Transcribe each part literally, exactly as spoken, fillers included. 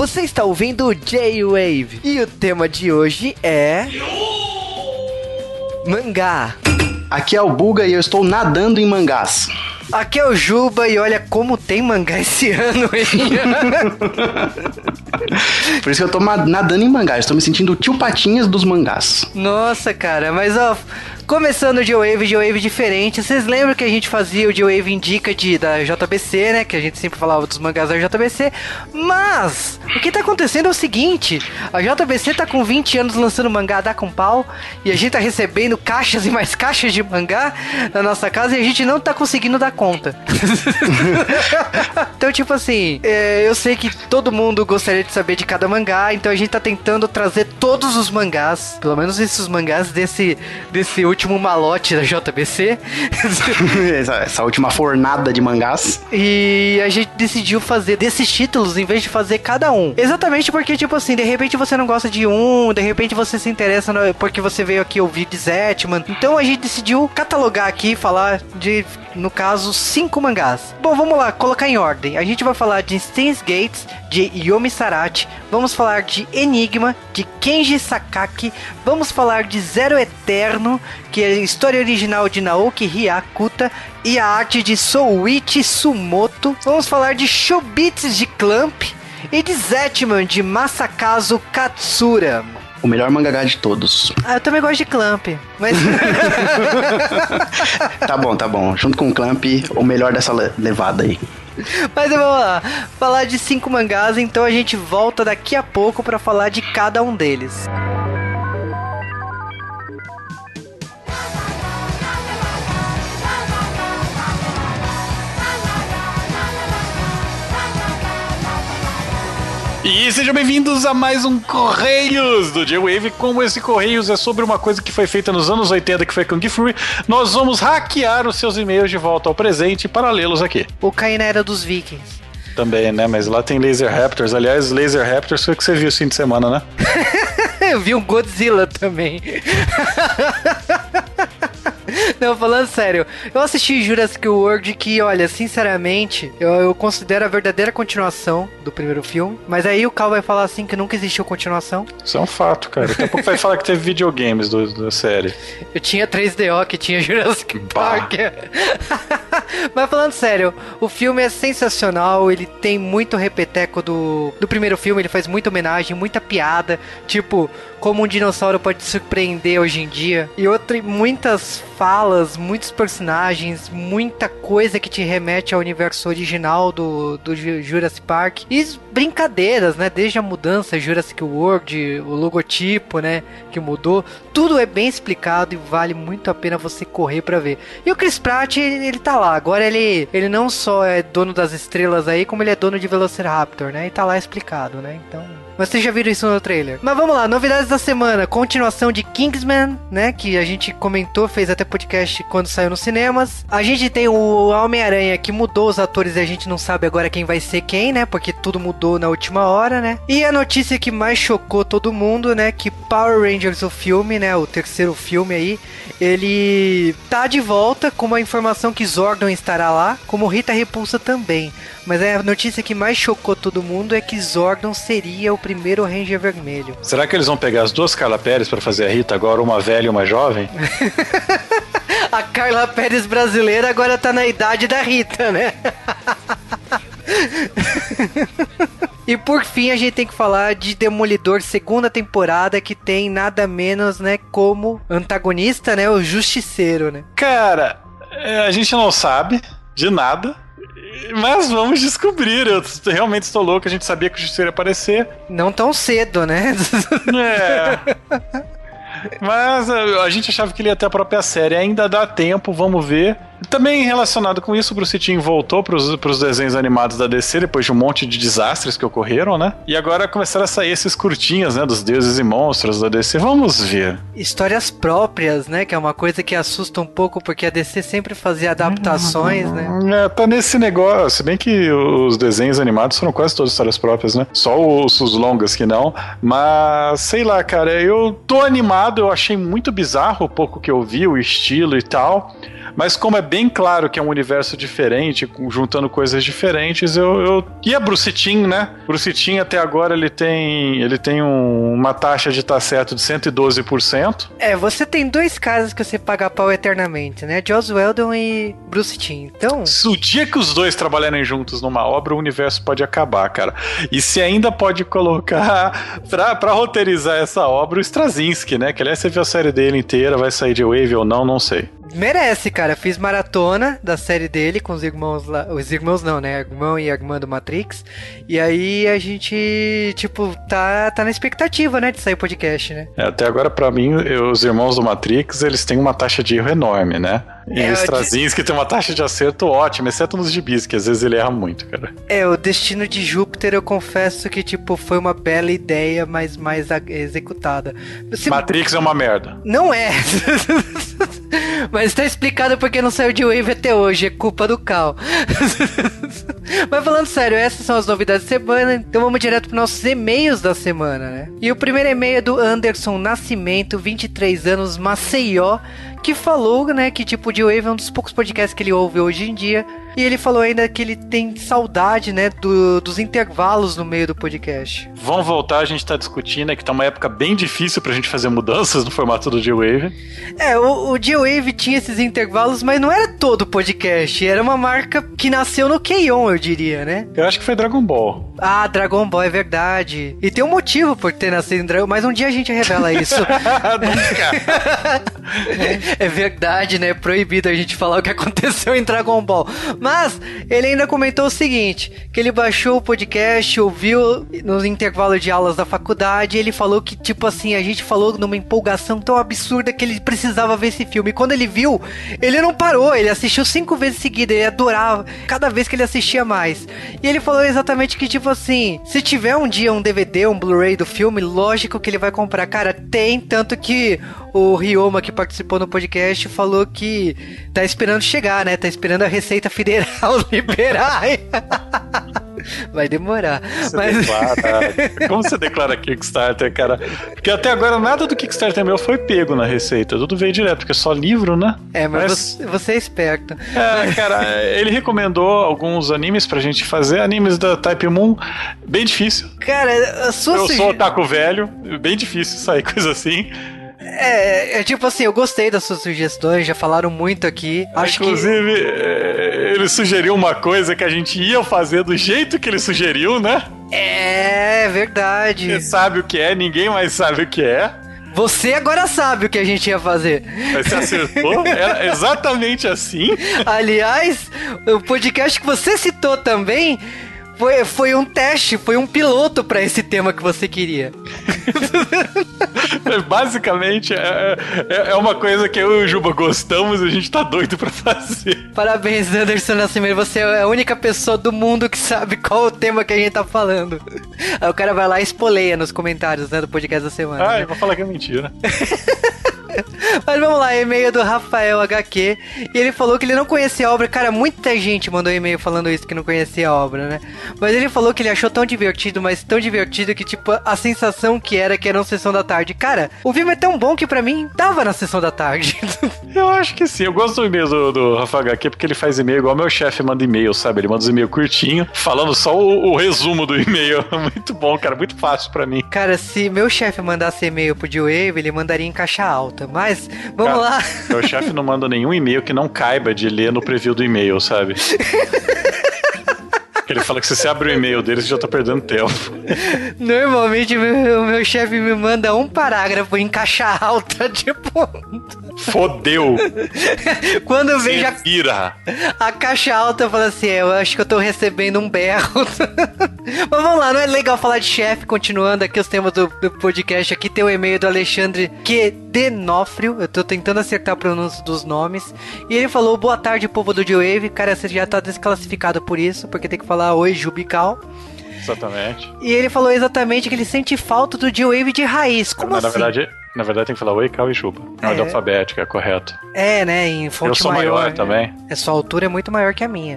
Você está ouvindo o J-Wave e o tema de hoje é... mangá. Aqui é o Buga e eu estou nadando em mangás. Aqui é o Juba e olha como tem mangá esse ano, hein? Por isso que eu tô nadando em mangás, estou me sentindo o tio Patinhas dos mangás. Nossa, cara, mas ó... Começando o J-Wave, J-Wave diferente. Vocês lembram que a gente fazia o J-Wave Indica de, da J B C, né? Que a gente sempre falava dos mangás da J B C. Mas, o que tá acontecendo é o seguinte. A J B C tá com vinte anos lançando mangá, dá com pau. E a gente tá recebendo caixas e mais caixas de mangá na nossa casa. E a gente não tá conseguindo dar conta. Então, tipo assim, é, eu sei que todo mundo gostaria de saber de cada mangá. Então a gente tá tentando trazer todos os mangás. Pelo menos esses mangás desse, desse último malote da J B C. essa, essa última fornada de mangás. E a gente decidiu fazer desses títulos em vez de fazer cada um. Exatamente porque, tipo assim, de repente você não gosta de um, de repente você se interessa no, porque você veio aqui ouvir de Zetman. Então a gente decidiu catalogar aqui e falar de, no caso, cinco mangás. Bom, vamos lá, colocar em ordem. A gente vai falar de Steins Gate, de Yomi Sarati. Vamos falar de Enigma, de Kenji Sakaki. Vamos falar de Zero Eterno, que é a história original de Naoki Hyakuta e a arte de Souichi Sumoto. Vamos falar de Shobits de Clamp e de Zetman de Masakazu Katsura. O melhor mangaka de todos. Ah, eu também gosto de Clamp, mas... Tá bom, tá bom. Junto com o Clamp, o melhor dessa levada aí. Mas vamos lá, falar de cinco mangás, então a gente volta daqui a pouco pra falar de cada um deles. E sejam bem-vindos a mais um Correios do J-Wave. Como esse Correios é sobre uma coisa que foi feita nos anos oitenta, que foi Kung Fury, nós vamos hackear os seus e-mails de volta ao presente para lê-los aqui. O Caim na era dos Vikings. Também, né? Mas lá tem Laser Raptors. Aliás, Laser Raptors foi o que você viu esse fim de semana, né? Eu vi um Godzilla também. Não, falando sério, eu assisti Jurassic World que, olha, sinceramente, eu, eu considero a verdadeira continuação do primeiro filme, mas aí o Cal vai falar assim que nunca existiu continuação. Isso é um fato, cara. Daqui a pouco vai falar que teve videogames do, da série. Eu tinha três D O que tinha Jurassic Park. Mas falando sério, o filme é sensacional, ele tem muito repeteco do, do primeiro filme, ele faz muita homenagem, muita piada, tipo... como um dinossauro pode te surpreender hoje em dia. E outra, muitas falas, muitos personagens, muita coisa que te remete ao universo original do, do Jurassic Park. E brincadeiras, né? Desde a mudança Jurassic World, o logotipo, né? Que mudou. Tudo é bem explicado e vale muito a pena você correr pra ver. E o Chris Pratt, ele, ele tá lá. Agora ele, ele não só é dono das estrelas aí, como ele é dono de Velociraptor, né? E tá lá explicado, né? Então... Mas vocês já viram isso no trailer. Mas vamos lá, novidades da semana. Continuação de Kingsman, né? Que a gente comentou, fez até podcast quando saiu nos cinemas. A gente tem o Homem-Aranha que mudou os atores e a gente não sabe agora quem vai ser quem, né? Porque tudo mudou na última hora, né? E a notícia que mais chocou todo mundo, né? Que Power Rangers, o filme, né? O terceiro filme aí, ele tá de volta com uma informação que Zordon estará lá, como Rita Repulsa também. Mas a notícia que mais chocou todo mundo é que Zordon seria o primeiro Ranger Vermelho. Será que eles vão pegar as duas Carla Pérez pra fazer a Rita agora, uma velha e uma jovem? A Carla Pérez brasileira agora tá na idade da Rita, né? E por fim a gente tem que falar de Demolidor segunda temporada, que tem nada menos, né, como antagonista, né, o Justiceiro, né? Cara, a gente não sabe de nada, mas vamos descobrir. Eu realmente estou louco, a gente sabia que o Justiceiro ia aparecer. Não tão cedo, né? É. Mas a gente achava que ele ia ter a própria série. Ainda dá tempo, vamos ver. Também relacionado com isso, o Bruce Timm voltou pros, pros desenhos animados da D C depois de um monte de desastres que ocorreram, né? E agora começaram a sair esses curtinhas, né? Dos deuses e monstros da D C. Vamos ver. Histórias próprias, né? Que é uma coisa que assusta um pouco, porque a D C sempre fazia adaptações, né? É, tá nesse negócio. Se bem que os desenhos animados foram quase todas histórias próprias, né? Só os, os longas que não. Mas, sei lá, cara, eu tô animado. Eu achei muito bizarro o pouco que eu vi, o estilo e tal. Mas como é bem claro que é um universo diferente, juntando coisas diferentes, eu... eu... E a Bruce Timm, né? Bruce Timm até agora ele tem, ele tem um, uma taxa de estar certo de cento e doze por cento. É, você tem dois caras que você paga pau eternamente, né? Joss Whedon e Bruce Timm. Então... Se o dia que os dois trabalharem juntos numa obra, o universo pode acabar, cara. E se ainda pode colocar pra, pra roteirizar essa obra o Straczynski, né? Que aliás você viu a série dele inteira, vai sair de Wave ou não, não sei. Merece, cara. Fiz maratona da série dele com os irmãos lá. Os irmãos não, né? Irmão e irmã do Matrix. E aí a gente, tipo, tá, tá na expectativa, né? De sair o podcast, né? É, até agora, pra mim, eu, os irmãos do Matrix, eles têm uma taxa de erro enorme, né? E é, o Straczynski de... tem uma taxa de acerto ótima, exceto nos gibis, que às vezes ele erra muito, cara. É, o Destino de Júpiter, eu confesso que, tipo, foi uma bela ideia, mas mais executada. Você... Matrix é uma merda. Não é. Mas tá explicado porque não saiu de Wave até hoje, é culpa do Cal. Mas falando sério, essas são as novidades da semana, então vamos direto para nossos e-mails da semana, né? E o primeiro e-mail é do Anderson Nascimento, vinte e três anos, Maceió, que falou, né, que tipo, o Wave é um dos poucos podcasts que ele ouve hoje em dia. E ele falou ainda que ele tem saudade, né, do, dos intervalos no meio do podcast. Vamos voltar, a gente tá discutindo, é que tá uma época bem difícil pra gente fazer mudanças no formato do G-Wave. É, o, o G-Wave tinha esses intervalos, mas não era todo podcast, era uma marca que nasceu no K-On, eu diria, né? Eu acho que foi Dragon Ball. Ah, Dragon Ball, é verdade. E tem um motivo por ter nascido em Dragon Ball, mas um dia a gente revela isso. Nunca! É verdade, né? É proibido a gente falar o que aconteceu em Dragon Ball. Mas ele ainda comentou o seguinte, que ele baixou o podcast, ouviu nos intervalos de aulas da faculdade, e ele falou que, tipo assim, a gente falou numa empolgação tão absurda que ele precisava ver esse filme. E quando ele viu, ele não parou, ele assistiu cinco vezes seguidas, ele adorava cada vez que ele assistia mais. E ele falou exatamente que, tipo assim, se tiver um dia um D V D, um Blu-ray do filme, lógico que ele vai comprar. Cara, tem, tanto que o Ryoma, que participou no podcast, falou que tá esperando chegar, né? Tá esperando a Receita Federal liberar. Vai demorar. Você mas... declara... Como você declara Kickstarter, cara? Porque até agora nada do Kickstarter meu foi pego na Receita. Tudo veio direto, porque é só livro, né? É, mas, mas... Você, você é esperto. É, cara, ele recomendou alguns animes pra gente fazer. Animes da Type Moon, bem difícil. Cara, a sua Eu sou otaku velho, bem difícil sair coisa assim. É, é tipo assim, eu gostei das suas sugestões, já falaram muito aqui. Acho Inclusive, que... ele sugeriu uma coisa que a gente ia fazer do jeito que ele sugeriu, né? É, verdade. Você sabe o que é, ninguém mais sabe o que é. Você agora sabe o que a gente ia fazer. Mas você acertou? Era exatamente assim. Aliás, o podcast que você citou também... Foi, foi um teste, foi um piloto pra esse tema que você queria. Basicamente, é, é, é uma coisa que eu e o Juba gostamos e a gente tá doido pra fazer. Parabéns, Anderson Nascimento. Você é a única pessoa do mundo que sabe qual é o tema que a gente tá falando. Aí o cara vai lá e espoleia nos comentários, né, do podcast da semana. Ah, né? eu vou falar que é mentira. Mas vamos lá, e-mail do Rafael H Q. E ele falou que ele não conhecia a obra. Cara, muita gente mandou e-mail falando isso, que não conhecia a obra, né? Mas ele falou que ele achou tão divertido, mas tão divertido que, tipo, a sensação que era que era uma sessão da tarde. Cara, o filme é tão bom que pra mim tava na sessão da tarde. Eu acho que sim. Eu gosto do e-mail do, do Rafael H Q porque ele faz e-mail igual meu chefe manda e-mail, sabe? Ele manda os e-mails curtinho, falando só o, o resumo do e-mail. Muito bom, cara. Muito fácil pra mim. Cara, se meu chefe mandasse e-mail pro G-Wave, ele mandaria em caixa alta. Mas, vamos cara, lá. Meu chefe não manda nenhum e-mail que não caiba de ler no preview do e-mail, sabe? Ele fala que se você abre o e-mail dele, você já tá perdendo tempo. Normalmente, o meu, meu chefe me manda um parágrafo em caixa alta, tipo... Fodeu! Quando eu vejo a, a caixa alta, eu falo assim, é, eu acho que eu tô recebendo um berro. Mas vamos lá, não é legal falar de chefe, continuando aqui os temas do, do podcast. Aqui tem o e-mail do Alexandre Q. Denofrio, eu tô tentando acertar a pronúncia dos nomes. E ele falou, boa tarde, povo do G-Wave. Cara, você já tá desclassificado por isso, porque tem que falar oi, Jubical. Exatamente. E ele falou exatamente que ele sente falta do G-Wave de raiz. Como Mas, assim? Na verdade, Na verdade tem que falar Oi, Cal e Juba. É ordem alfabética, é correto. É, né, em fonte Eu sou maior, maior também. É, sua altura é muito maior que a minha.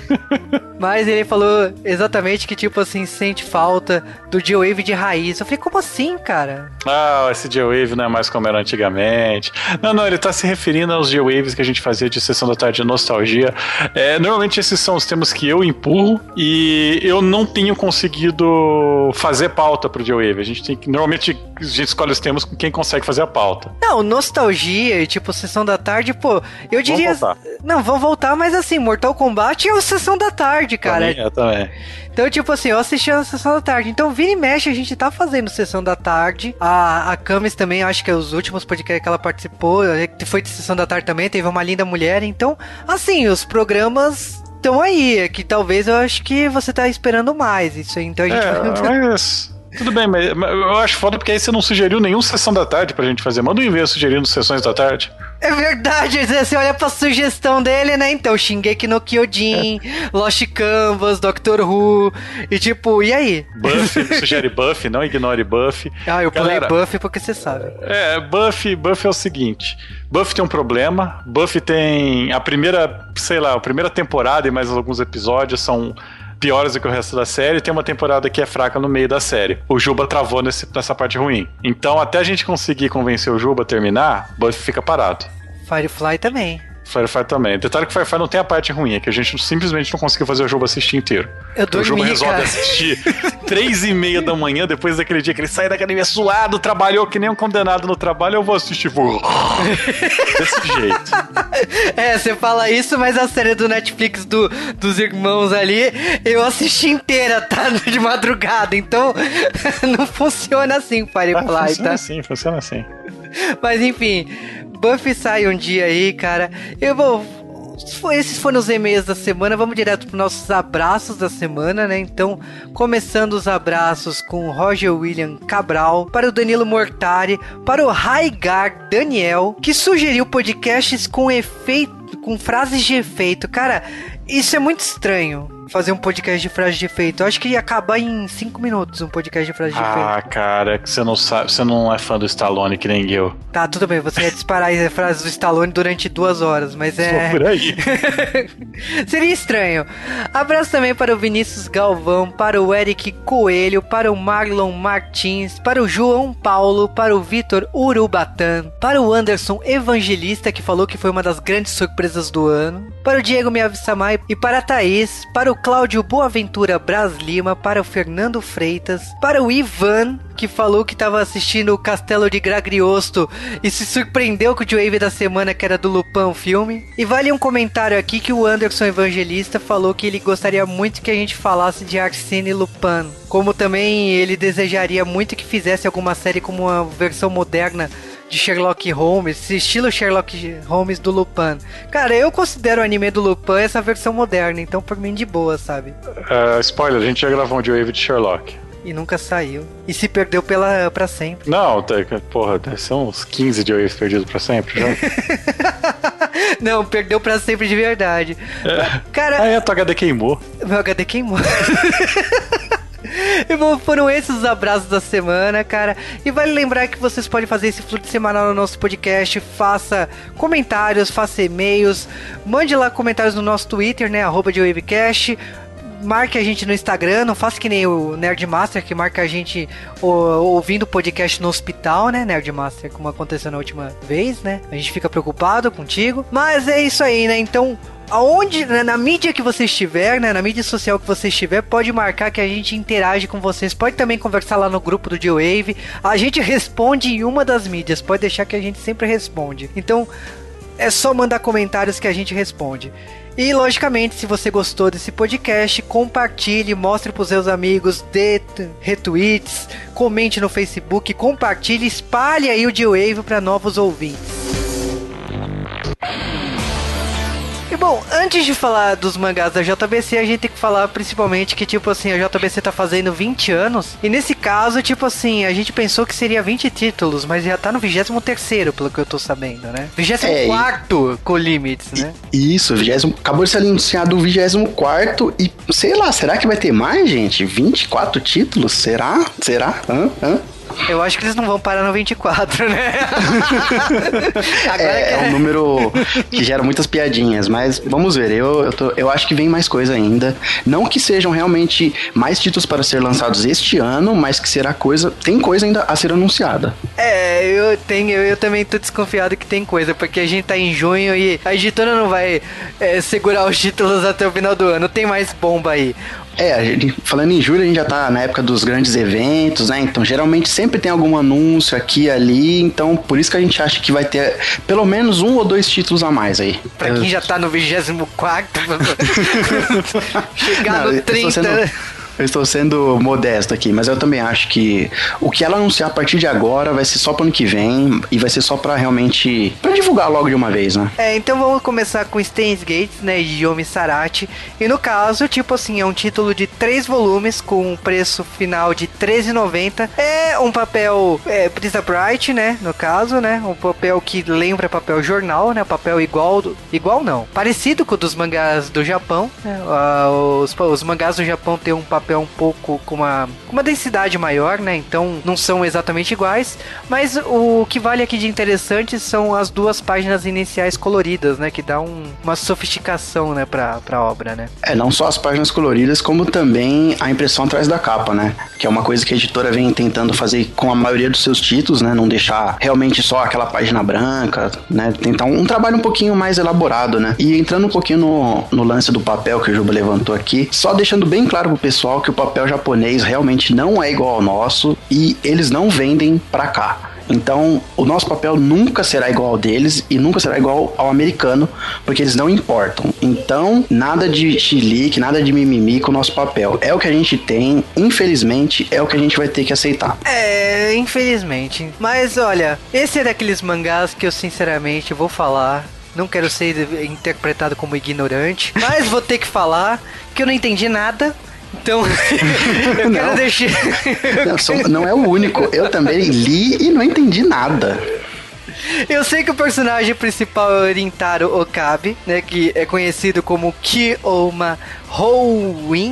Mas ele falou exatamente que, tipo assim, sente falta do J-Wave de raiz. Eu falei, como assim, cara? Ah, esse J-Wave não é mais como era antigamente. Não, não, ele tá se referindo aos J-Waves que a gente fazia de Sessão da Tarde de nostalgia. É, normalmente esses são os temas que eu empurro e eu não tenho conseguido fazer pauta pro J-Wave. A gente tem que, normalmente a gente escolhe os temas com quem consegue fazer a pauta. Não, nostalgia e tipo Sessão da Tarde, pô, eu diria... Vamos voltar. Não, vão voltar, mas assim, Mortal Kombat é o Sessão da Tarde, cara. Pra mim, eu também. Então, tipo assim, eu assisti a Sessão da Tarde. Então, vira e mexe, a gente tá fazendo Sessão da Tarde. A, a Camis também, acho que é os últimos podcasts que ela participou, foi de Sessão da Tarde também, teve uma linda mulher. Então, assim, os programas estão aí. É que talvez eu acho que você tá esperando mais isso aí. Então a gente é, vai... mas... Tudo bem, mas eu acho foda porque aí você não sugeriu nenhum Sessão da Tarde pra gente fazer. Manda um e-mail sugerindo sessões da tarde. É verdade, você olha pra sugestão dele, né? Então, Shingeki no Kyojin, é. Lost Canvas, Doctor Who, e tipo, e aí? Buffy, sugere Buffy, não ignore Buffy. Ah, eu Galera, pulei Buffy porque você sabe. É, Buffy, Buffy é o seguinte, Buffy tem um problema, Buffy tem a primeira, sei lá, a primeira temporada e mais alguns episódios são... piores do que o resto da série, tem uma temporada que é fraca no meio da série. O Juba travou nesse, nessa parte ruim. Então, até a gente conseguir convencer o Juba a terminar, Buffy fica parado. Firefly também. Firefly também. Detalhe que Firefly não tem a parte ruim, é que a gente simplesmente não conseguiu fazer o Juba assistir inteiro. Eu dormi, o Juba resolve cara. assistir três e meia da manhã, depois daquele dia que ele sai da academia suado, trabalhou que nem um condenado no trabalho, eu vou assistir vou... desse jeito. É, você fala isso, mas a série do Netflix do, dos irmãos ali, eu assisti inteira, tá? De madrugada, então não funciona assim, Firefly, ah, funciona tá? assim, funciona assim. Mas enfim, Buffy sai um dia aí, cara. Eu vou... Esses foram os e-mails da semana. Vamos direto para nossos abraços da semana, né? Então, começando os abraços com o Roger William Cabral, para o Danilo Mortari, para o Raigar Daniel, que sugeriu podcasts com efeito, com frases de efeito. Cara, isso é muito estranho. Fazer um podcast de frase de efeito. Eu acho que ia acabar em cinco minutos um podcast de frase de ah, efeito. Ah, cara, é que você não sabe, você não é fã do Stallone que nem eu. Tá, tudo bem, você ia disparar as frases do Stallone durante duas horas, mas é... Só por aí. Seria estranho. Abraço também para o Vinícius Galvão, para o Eric Coelho, para o Marlon Martins, para o João Paulo, para o Vitor Urubatan, para o Anderson Evangelista, que falou que foi uma das grandes surpresas do ano, para o Diego Miyavisamai e para a Thaís, para o Cláudio Boaventura Braz Lima, para o Fernando Freitas, para o Ivan, que falou que estava assistindo o Castelo de Gragriosto e se surpreendeu com o J-Wave da semana, que era do Lupin o filme. E vale um comentário aqui que o Anderson Evangelista falou que ele gostaria muito que a gente falasse de Arsène Lupin, como também ele desejaria muito que fizesse alguma série como uma versão moderna de Sherlock Holmes, estilo Sherlock Holmes do Lupin. Cara, eu considero o anime do Lupin essa versão moderna, então por mim de boa, sabe? Uh, spoiler, a gente já gravou um J-Wave de Sherlock. E nunca saiu. E se perdeu pela, pra sempre. Não, porra, são uns quinze J-Waves perdidos pra sempre já. Não, perdeu pra sempre de verdade. É. Cara... Ah, é, tua H D queimou. Meu H D queimou. E bom, foram esses os abraços da semana, cara. E vale lembrar que vocês podem fazer esse fluxo semanal no nosso podcast. Faça comentários, faça e-mails. Mande lá comentários no nosso Twitter, né? Arroba de Wavecast. Marque a gente no Instagram, não faça que nem o Nerdmaster, que marca a gente o, ouvindo o podcast no hospital, né, Nerdmaster, como aconteceu na última vez, né? A gente fica preocupado contigo. Mas é isso aí, né? Então, aonde, né, na mídia que você estiver, né, na mídia social que você estiver, pode marcar que a gente interage com vocês. Pode também conversar lá no grupo do J-Wave. A gente responde em uma das mídias, pode deixar que a gente sempre responde. Então, é só mandar comentários que a gente responde. E, logicamente, se você gostou desse podcast, compartilhe, mostre para os seus amigos, dê retweets, comente no Facebook, compartilhe, espalhe aí o J-Wave para novos ouvintes. E bom, antes de falar dos mangás da J B C, a gente tem que falar principalmente que, tipo assim, a J B C tá fazendo vinte anos. E nesse caso, tipo assim, a gente pensou que seria vinte títulos, mas já tá no vigésimo terceiro, pelo que eu tô sabendo, né? vigésimo quarto é, e... com limits, né? Isso, vigésimo... acabou de ser anunciado o vigésimo quarto e, sei lá, será que vai ter mais, gente? vinte e quatro títulos? Será? Será? Hã? Hã? Eu acho que eles não vão parar no vinte e quatro, né? Agora é, é um número que gera muitas piadinhas, mas vamos ver. Eu, eu, tô, eu acho que vem mais coisa ainda. Não que sejam realmente mais títulos para ser lançados este ano, mas que será coisa. Tem coisa ainda a ser anunciada. É, eu tenho, eu, eu também tô desconfiado que tem coisa, porque a gente tá em junho e a editora não vai é, segurar os títulos até o final do ano. Tem mais bomba aí. É, a gente, falando em julho, a gente já tá na época dos grandes eventos, né? Então, geralmente sempre tem algum anúncio aqui e ali. Então, por isso que a gente acha que vai ter pelo menos um ou dois títulos a mais aí. Pra quem já tá no vigésimo quarto, chegar não, no trinta... Eu estou sendo modesto aqui, mas eu também acho que o que ela anunciar a partir de agora vai ser só pro ano que vem e vai ser só pra realmente... pra divulgar logo de uma vez, né? É, então vamos começar com Steins Gate, né, de Yomi Sarati. E no caso, tipo assim, é um título de três volumes com um preço final de treze reais e noventa centavos. É um papel é, Prisa Bright, né, no caso, né? Um papel que lembra papel jornal, né? Papel igual... Do, igual não. Parecido com o dos mangás do Japão, né? Uh, os, os mangás do Japão tem um papel é um pouco com uma, com uma densidade maior, né? Então não são exatamente iguais, mas o que vale aqui de interessante são as duas páginas iniciais coloridas, né? Que dá um, uma sofisticação, né? Pra, pra obra, né? É, não só as páginas coloridas, como também a impressão atrás da capa, né? Que é uma coisa que a editora vem tentando fazer com a maioria dos seus títulos, né? Não deixar realmente só aquela página branca, né? Tentar um, um trabalho um pouquinho mais elaborado, né? E entrando um pouquinho no, no lance do papel que o Juba levantou aqui, só deixando bem claro pro pessoal que o papel japonês realmente não é igual ao nosso e eles não vendem pra cá. Então, o nosso papel nunca será igual ao deles e nunca será igual ao americano, porque eles não importam. Então, nada de chilique, nada de mimimi com o nosso papel. É o que a gente tem, infelizmente, é o que a gente vai ter que aceitar. É, infelizmente. Mas, olha, esse é daqueles mangás que eu, sinceramente, vou falar... Não quero ser interpretado como ignorante, mas vou ter que falar que eu não entendi nada. Então, eu quero não. deixar... Não, sou, não é o único. Eu também li e não entendi nada. Eu sei que o personagem principal é o Rintaro Okabe, né, que é conhecido como Kyoma Houin,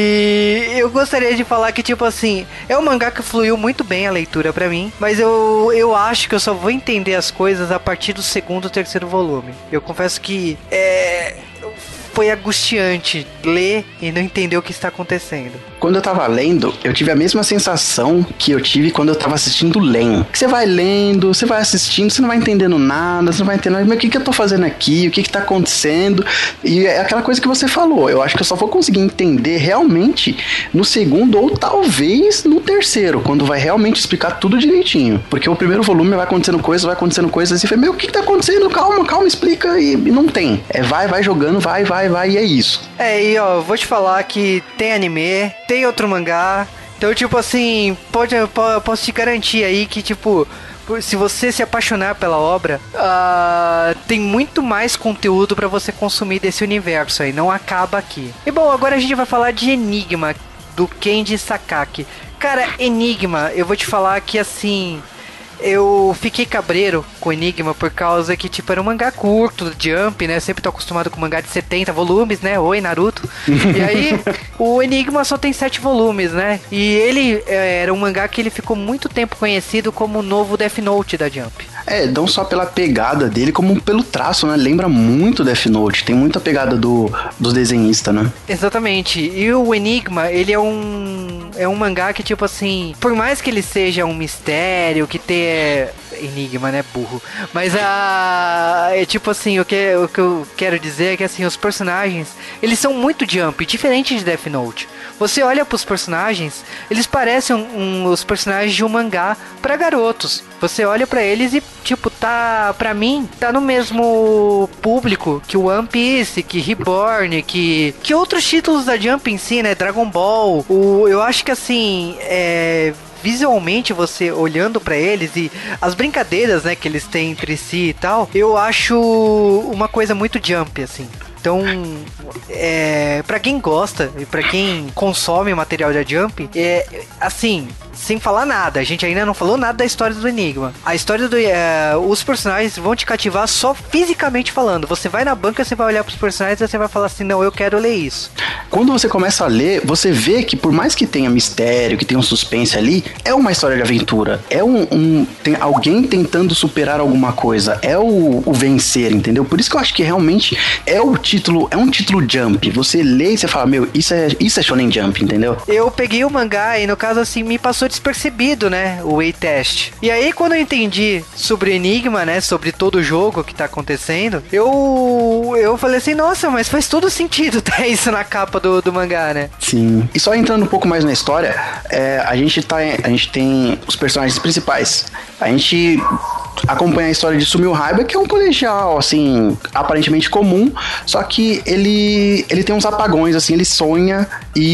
e eu gostaria de falar que, tipo assim, é um mangá que fluiu muito bem a leitura pra mim, mas eu, eu acho que eu só vou entender as coisas a partir do segundo ou terceiro volume. Eu confesso que é... foi angustiante ler e não entender o que está acontecendo. Quando eu tava lendo, eu tive a mesma sensação que eu tive quando eu tava assistindo Len. Você vai lendo, você vai assistindo, você não vai entendendo nada, você não vai entendendo, mas o que que eu tô fazendo aqui, o que que tá acontecendo? E é aquela coisa que você falou, eu acho que eu só vou conseguir entender realmente no segundo ou talvez no terceiro, quando vai realmente explicar tudo direitinho. Porque o primeiro volume vai acontecendo coisas, vai acontecendo coisas, e você fala, meu, o que que tá acontecendo? Calma, calma, explica, e não tem. É vai, vai jogando, vai, vai, vai, e é isso. É, e ó, vou te falar que tem anime, tem outro mangá, então tipo assim, pode, posso te garantir aí que tipo, se você se apaixonar pela obra, uh, tem muito mais conteúdo pra você consumir desse universo aí, não acaba aqui. E bom, agora a gente vai falar de Enigma, do Kenji Sakaki. Cara, Enigma, eu vou te falar que assim... eu fiquei cabreiro com Enigma por causa que, tipo, era um mangá curto, Jump, né? Sempre tô acostumado com mangá de setenta volumes, né? Oi, Naruto. E aí, o Enigma só tem sete volumes, né? E ele é, era um mangá que ele ficou muito tempo conhecido como o novo Death Note da Jump. É, não só pela pegada dele, como pelo traço, né? Lembra muito Death Note. Tem muita pegada do, do desenhista, né? Exatamente. E o Enigma, ele é um... é um mangá que, tipo assim... por mais que ele seja um mistério, que tenha... Enigma, né? Burro. Mas a... é tipo assim, o que, o que eu quero dizer é que, assim, os personagens, eles são muito Jump, diferente de Death Note. Você olha pros personagens, eles parecem um, os personagens de um mangá pra garotos. Você olha pra eles e, tipo, tá... pra mim, tá no mesmo público que o One Piece, que Reborn, que... que outros títulos da Jump em si, né? Dragon Ball. O, eu acho que, assim, é... visualmente, você olhando pra eles e as brincadeiras, né, que eles têm entre si e tal, eu acho uma coisa muito Jump, assim. Então, é, pra quem gosta e pra quem consome material da Jump, é, assim, sem falar nada. A gente ainda não falou nada da história do Enigma. A história do... É, os personagens vão te cativar só fisicamente falando. Você vai na banca, você vai olhar pros personagens e você vai falar assim, não, eu quero ler isso. Quando você começa a ler, você vê que por mais que tenha mistério, que tenha um suspense ali, é uma história de aventura. É um... um tem alguém tentando superar alguma coisa. É o, o vencer, entendeu? Por isso que eu acho que realmente é o título... É um título Jump. Você lê e você fala, meu, isso é, isso é Shonen Jump, entendeu? Eu peguei o mangá e, no caso, assim, me passou despercebido, né? O A-Test. E aí, quando eu entendi sobre o Enigma, né? Sobre todo o jogo que tá acontecendo, eu... Eu falei assim, nossa, mas faz todo sentido ter isso na capa do, do mangá, né? Sim. E só entrando um pouco mais na história, é, a gente tá... A gente tem os personagens principais. A gente... acompanha a história de Sumio Raiba, que é um colegial, assim, aparentemente comum, só que ele, ele tem uns apagões, assim, ele sonha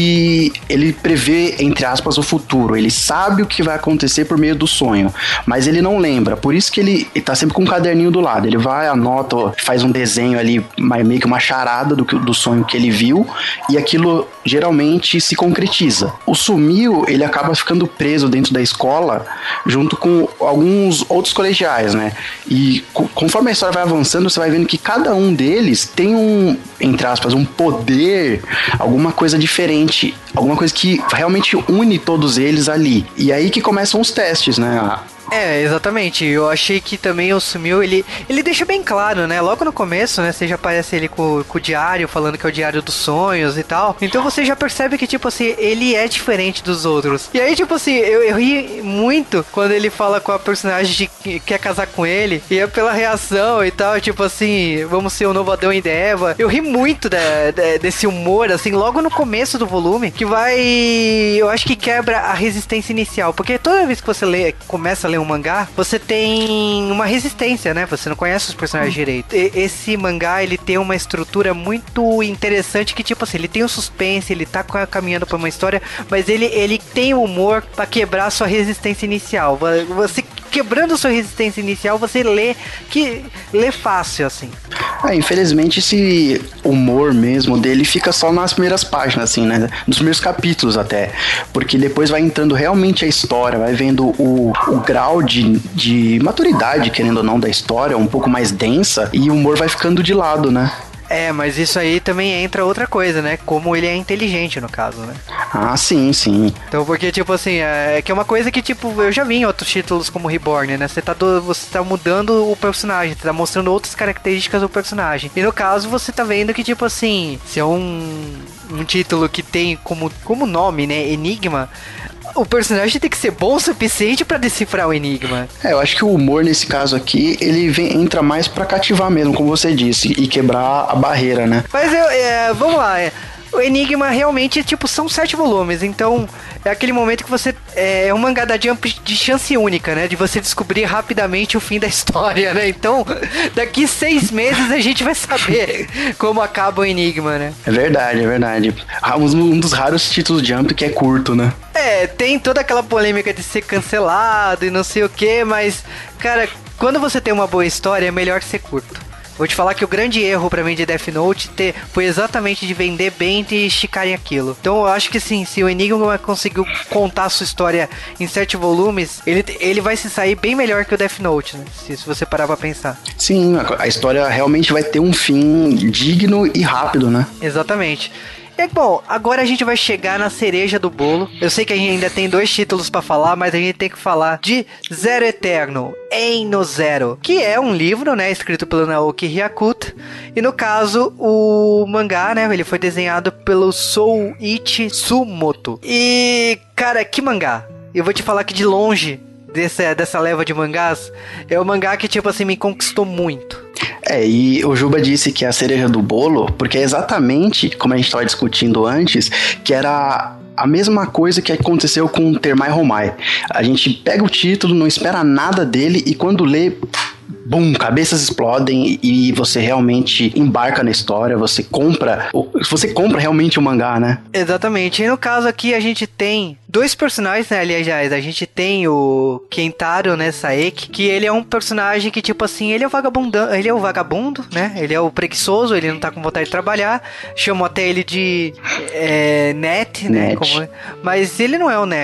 e ele prevê, entre aspas, o futuro. Ele sabe o que vai acontecer por meio do sonho, mas ele não lembra. Por isso que ele, ele tá sempre com um caderninho do lado. Ele vai, anota, faz um desenho ali, meio que uma charada do, do sonho que ele viu, e aquilo geralmente se concretiza. O Sumio, ele acaba ficando preso dentro da escola, junto com alguns outros colegiais, né? E conforme a história vai avançando, você vai vendo que cada um deles tem um, entre aspas, um poder, alguma coisa diferente, alguma coisa que realmente une todos eles ali. E aí que começam os testes, né? É, exatamente. Eu achei que também o Sumio, ele, ele deixa bem claro, né? Logo no começo, né? Você já aparece ele com, com o diário, falando que é o diário dos sonhos e tal. Então você já percebe que, tipo assim, ele é diferente dos outros. E aí, tipo assim, eu, eu ri muito quando ele fala com a personagem de que quer casar com ele. E é pela reação e tal, tipo assim, vamos ser o novo Adão e Eva. Eu ri muito da, da, desse humor, assim, logo no começo do volume, que vai... Eu acho que quebra a resistência inicial. Porque toda vez que você lê, começa a ler um mangá, você tem uma resistência, né? Você não conhece os personagens direito. E, esse mangá, ele tem uma estrutura muito interessante que, tipo assim, ele tem um suspense, ele tá caminhando pra uma história, mas ele, ele tem o humor pra quebrar a sua resistência inicial. Você quebrando a sua resistência inicial, você lê que lê fácil, assim. Ah, infelizmente esse humor mesmo dele fica só nas primeiras páginas, assim, né? Nos primeiros capítulos até. Porque depois vai entrando realmente a história, vai vendo o, o grau de, de maturidade, querendo ou não, da história, um pouco mais densa, e o humor vai ficando de lado, né? É, mas isso aí também entra outra coisa, né? Como ele é inteligente, no caso, né? Ah, sim, sim. Então, porque, tipo assim, é que é uma coisa que, tipo, eu já vi em outros títulos como Reborn, né? Você tá, do, você tá mudando o personagem, você tá mostrando outras características do personagem. E no caso, você tá vendo que, tipo assim, se é um, um título que tem como, como nome, né? Enigma... O personagem tem que ser bom o suficiente pra decifrar o enigma. É, eu acho que o humor nesse caso aqui, ele vem, entra mais pra cativar mesmo, como você disse, e quebrar a barreira, né? Mas eu, é, vamos lá, é, o Enigma realmente, tipo, são sete volumes, então é aquele momento que você, é, é um mangá da Jump de chance única, né, de você descobrir rapidamente o fim da história, né, então daqui seis meses a gente vai saber como acaba o Enigma, né. É verdade, é verdade. Um dos raros títulos Jump que é curto, né. É, tem toda aquela polêmica de ser cancelado e não sei o que, mas, cara, quando você tem uma boa história, é melhor ser curto. Vou te falar que o grande erro pra mim de Death Note ter, foi exatamente de vender bem e esticarem aquilo. Então eu acho que sim, se o Enigma conseguiu contar a sua história em sete volumes, ele, ele vai se sair bem melhor que o Death Note, né? Se, se você parar pra pensar. Sim, a, a história realmente vai ter um fim digno e rápido, né? Exatamente. É bom, agora a gente vai chegar na cereja do bolo. Eu sei que a gente ainda tem dois títulos pra falar, mas a gente tem que falar de Zero Eterno, Em no Zero, que é um livro, né, escrito pelo Naoki Hyakuta. E no caso, o mangá, né, ele foi desenhado pelo Souichi Tsumoto. E, cara, que mangá! Eu vou te falar que de longe dessa, dessa leva de mangás, é o mangá que, tipo assim, me conquistou muito. É, e o Juba disse que é a cereja do bolo, porque é exatamente como a gente estava discutindo antes, que era a mesma coisa que aconteceu com Termai Homai. A gente pega o título, não espera nada dele, e quando lê, bum, cabeças explodem e você realmente embarca na história, você compra, você compra realmente o mangá, né? Exatamente. E no caso aqui a gente tem dois personagens, né? Aliás, a gente tem o Kentaro, né, Saeki, que ele é um personagem que, tipo assim, ele é o vagabundo, ele é o vagabundo, né? Ele é o preguiçoso, ele não tá com vontade de trabalhar. Chamam até ele de é, Net, né? Net. Como, mas ele não é o Net.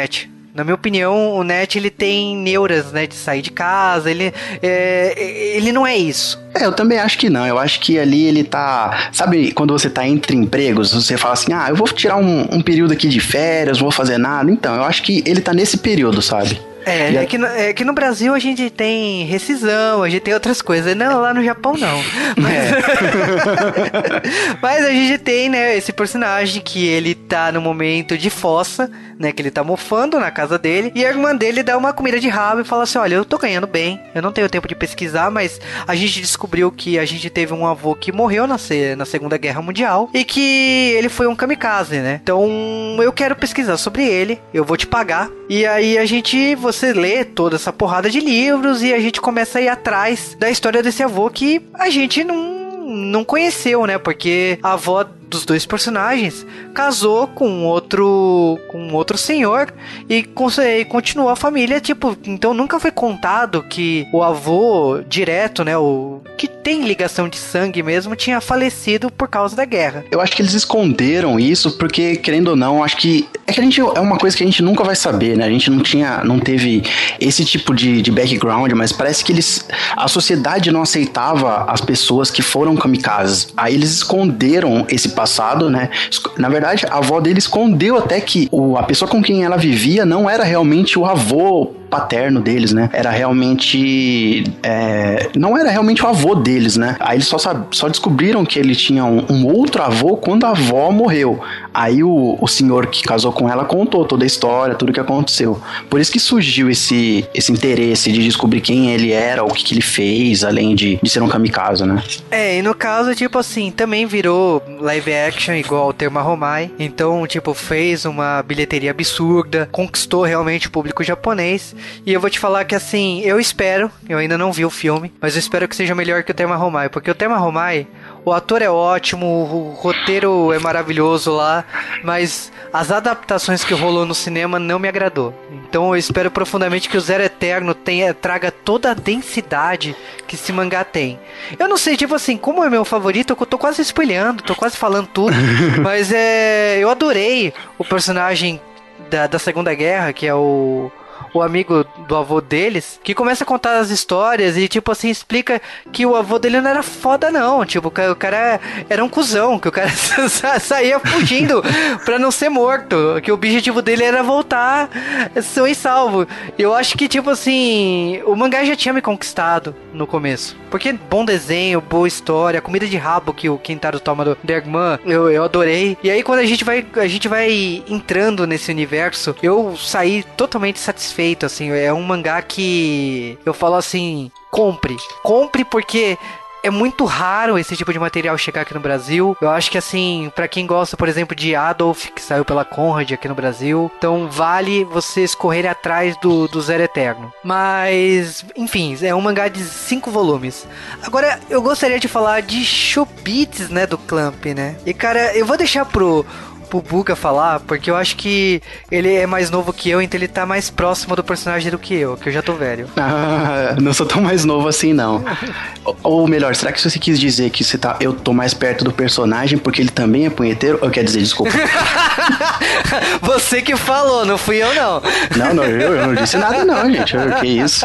Na minha opinião, o Ned, ele tem neuras, né, de sair de casa, ele, é, ele não é isso. É, eu também acho que não, eu acho que ali ele tá, sabe, quando você tá entre empregos, você fala assim, ah, eu vou tirar um, um período aqui de férias, não vou fazer nada, então, eu acho que ele tá nesse período, sabe? É, é que, no, é que no Brasil a gente tem rescisão, a gente tem outras coisas. Não, lá no Japão não. Mas, é. Mas a gente tem, né, esse personagem que ele tá no momento de fossa, né, que ele tá mofando na casa dele, e a irmã dele dá uma comida de rabo e fala assim, olha, eu tô ganhando bem, eu não tenho tempo de pesquisar, mas a gente descobriu que a gente teve um avô que morreu na, na Segunda Guerra Mundial, e que ele foi um kamikaze, né? Então, eu quero pesquisar sobre ele, eu vou te pagar. E aí a gente, você lê toda essa porrada de livros e a gente começa a ir atrás da história desse avô que a gente não, não conheceu, né? Porque a avó dos dois personagens casou com outro com outro senhor e, e continuou a família, tipo, então nunca foi contado que o avô direto, né, o que tem ligação de sangue mesmo, tinha falecido por causa da guerra. Eu acho que eles esconderam isso porque, querendo ou não, acho que é que a gente é uma coisa que a gente nunca vai saber, né? A gente não tinha, não teve esse tipo de, de background, mas parece que eles, a sociedade não aceitava as pessoas que foram kamikazes. Aí eles esconderam esse passado, né? Na verdade, a avó dele escondeu até que o, a pessoa com quem ela vivia não era realmente o avô paterno deles, né? Era realmente... É, não era realmente o avô deles, né? Aí eles só, sab, só descobriram que ele tinha um, um outro avô quando a avó morreu. Aí o, o senhor que casou com ela contou toda a história, tudo que aconteceu. Por isso que surgiu esse, esse interesse de descobrir quem ele era, o que, que ele fez, além de, de ser um kamikaze, né? É, e no caso, tipo assim, também virou live action igual o Terma Romai. Então, tipo, fez uma bilheteria absurda, conquistou realmente o público japonês. E eu vou te falar que, assim, eu espero, eu ainda não vi o filme, mas eu espero que seja melhor que o Terma Romai, porque o Terma Romai, o ator é ótimo, o roteiro é maravilhoso lá, mas as adaptações que rolou no cinema não me agradou. Então eu espero profundamente que o Zero Eterno tenha, traga toda a densidade que esse mangá tem. Eu não sei, tipo assim, como é meu favorito, eu tô quase spoileando, tô quase falando tudo, mas é, eu adorei o personagem da, da Segunda Guerra, que é o... o amigo do avô deles, que começa a contar as histórias e, tipo assim, explica que o avô dele não era foda, não. Tipo, o cara era um cuzão, que o cara saía fugindo pra não ser morto, que o objetivo dele era voltar são e salvo. Eu acho que, tipo assim, o mangá já tinha me conquistado no começo. Porque bom desenho, boa história, comida de rabo que o Kentaro toma do Bergman, eu, eu adorei. E aí, quando a gente vai, a gente vai entrando nesse universo, eu saí totalmente satisfeito. Feito, assim, é um mangá que eu falo assim, compre, compre porque é muito raro esse tipo de material chegar aqui no Brasil. Eu acho que, assim, pra quem gosta, por exemplo, de Adolf, que saiu pela Conrad aqui no Brasil, então vale vocês correrem atrás do, do Zero Eterno. Mas, enfim, é um mangá de cinco volumes. Agora, eu gostaria de falar de Chobits, né, do Clamp, né? E, cara, eu vou deixar pro... pro Buga falar, porque eu acho que ele é mais novo que eu, então ele tá mais próximo do personagem do que eu, que eu já tô velho. Ah, não sou tão mais novo assim, não. ou, ou melhor, será que você quis dizer que você tá, eu tô mais perto do personagem porque ele também é punheteiro? Ou quer dizer, desculpa. Você que falou, não fui eu, não. Não, não, eu, eu não disse nada, não, gente. Que isso?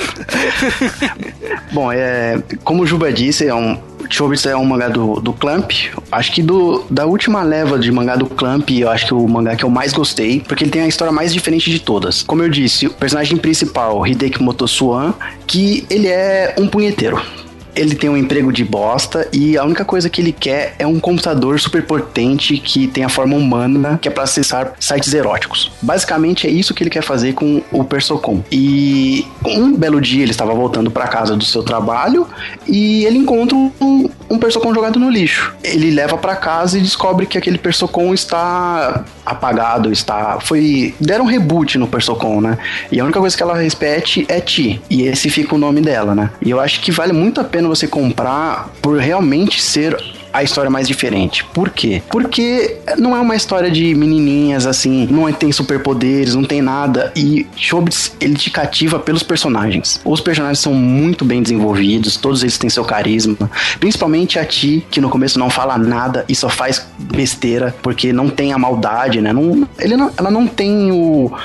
Bom, é, como o Juba disse, é um Chobits é um mangá do, do Clamp. Acho que do, da última leva de mangá do Clamp, eu acho que o mangá que eu mais gostei, porque ele tem a história mais diferente de todas. Como eu disse, o personagem principal, Hideki Motoswan, que ele é um punheteiro. Ele tem um emprego de bosta e a única coisa que ele quer é um computador super potente que tem a forma humana, que é para acessar sites eróticos. Basicamente é isso que ele quer fazer com o Persocom. E um belo dia ele estava voltando para casa do seu trabalho e ele encontra um, um Persocom jogado no lixo. Ele leva para casa e descobre que aquele Persocom está apagado, está... Foi... Deram um reboot no Persocom, né? E a única coisa que ela repete é Ti. E esse fica o nome dela, né? E eu acho que vale muito a pena você comprar por realmente ser a história mais diferente. Por quê? Porque não é uma história de menininhas, assim, não tem superpoderes, não tem nada. E Chobits, ele te cativa pelos personagens. Os personagens são muito bem desenvolvidos, todos eles têm seu carisma. Principalmente a Ti, que no começo não fala nada e só faz besteira, porque não tem a maldade, né? Não, ele não, ela não tem o...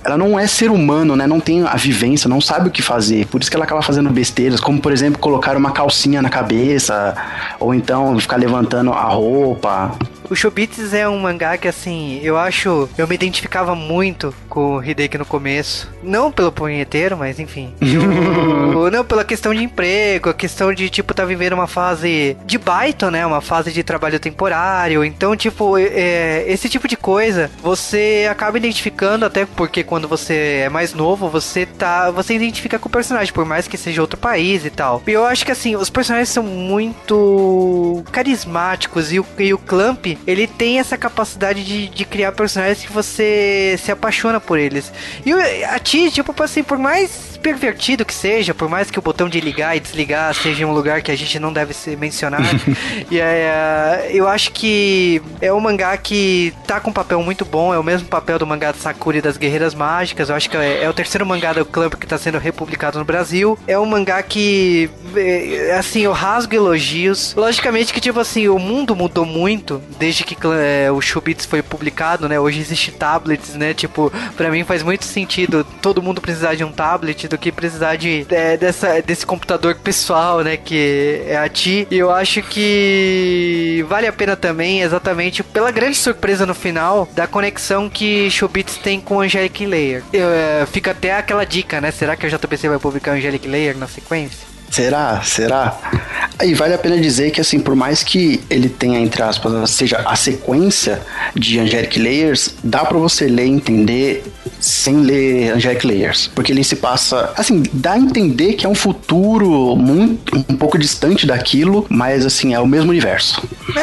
ela não é ser humano, né? Não tem a vivência, não sabe o que fazer. Por isso que ela acaba fazendo besteiras, como por exemplo, colocar uma calcinha na cabeça, ou então ficar levantando a roupa. O Chobits é um mangá que, assim, eu acho... Eu me identificava muito com o Hideki no começo. Não pelo punheteiro, mas enfim. Eu, não, pela questão de emprego, a questão de, tipo, tá vivendo uma fase de baito, né? Uma fase de trabalho temporário. Então, tipo, é, esse tipo de coisa, você acaba identificando, até porque quando você é mais novo, você tá... Você identifica com o personagem, por mais que seja outro país e tal. E eu acho que, assim, os personagens são muito carismáticos e o, e o Clamp, ele tem essa capacidade de, de criar personagens que você se apaixona por eles. E a Ti, tipo, assim, por mais pervertido que seja, por mais que o botão de ligar e desligar seja em um lugar que a gente não deve se mencionar, e é, eu acho que é um mangá que tá com um papel muito bom, é o mesmo papel do mangá de Sakura e das Guerreiras Mágicas. Eu acho que é, é o terceiro mangá do Clamp que tá sendo republicado no Brasil. É um mangá que, assim, eu rasgo elogios. Logicamente que, tipo assim, o mundo mudou muito desde que é, o Chobits foi publicado, né? Hoje existe tablets, né? Tipo, pra mim faz muito sentido todo mundo precisar de um tablet do que precisar de, é, dessa, desse computador pessoal, né? Que é a Ti. E eu acho que vale a pena também, exatamente pela grande surpresa no final da conexão que Chobits tem com Angelic Layer. Eu, é, fica até aquela dica, né? Será que a J B C vai publicar Angelic Layer na sequência? Será? Será? Aí vale a pena dizer que, assim, por mais que ele tenha, entre aspas, seja a sequência de Angelic Layers, dá pra você ler e entender sem ler Angelic Layers. Porque ele se passa, assim, dá a entender que é um futuro muito, um pouco distante daquilo, mas, assim, é o mesmo universo.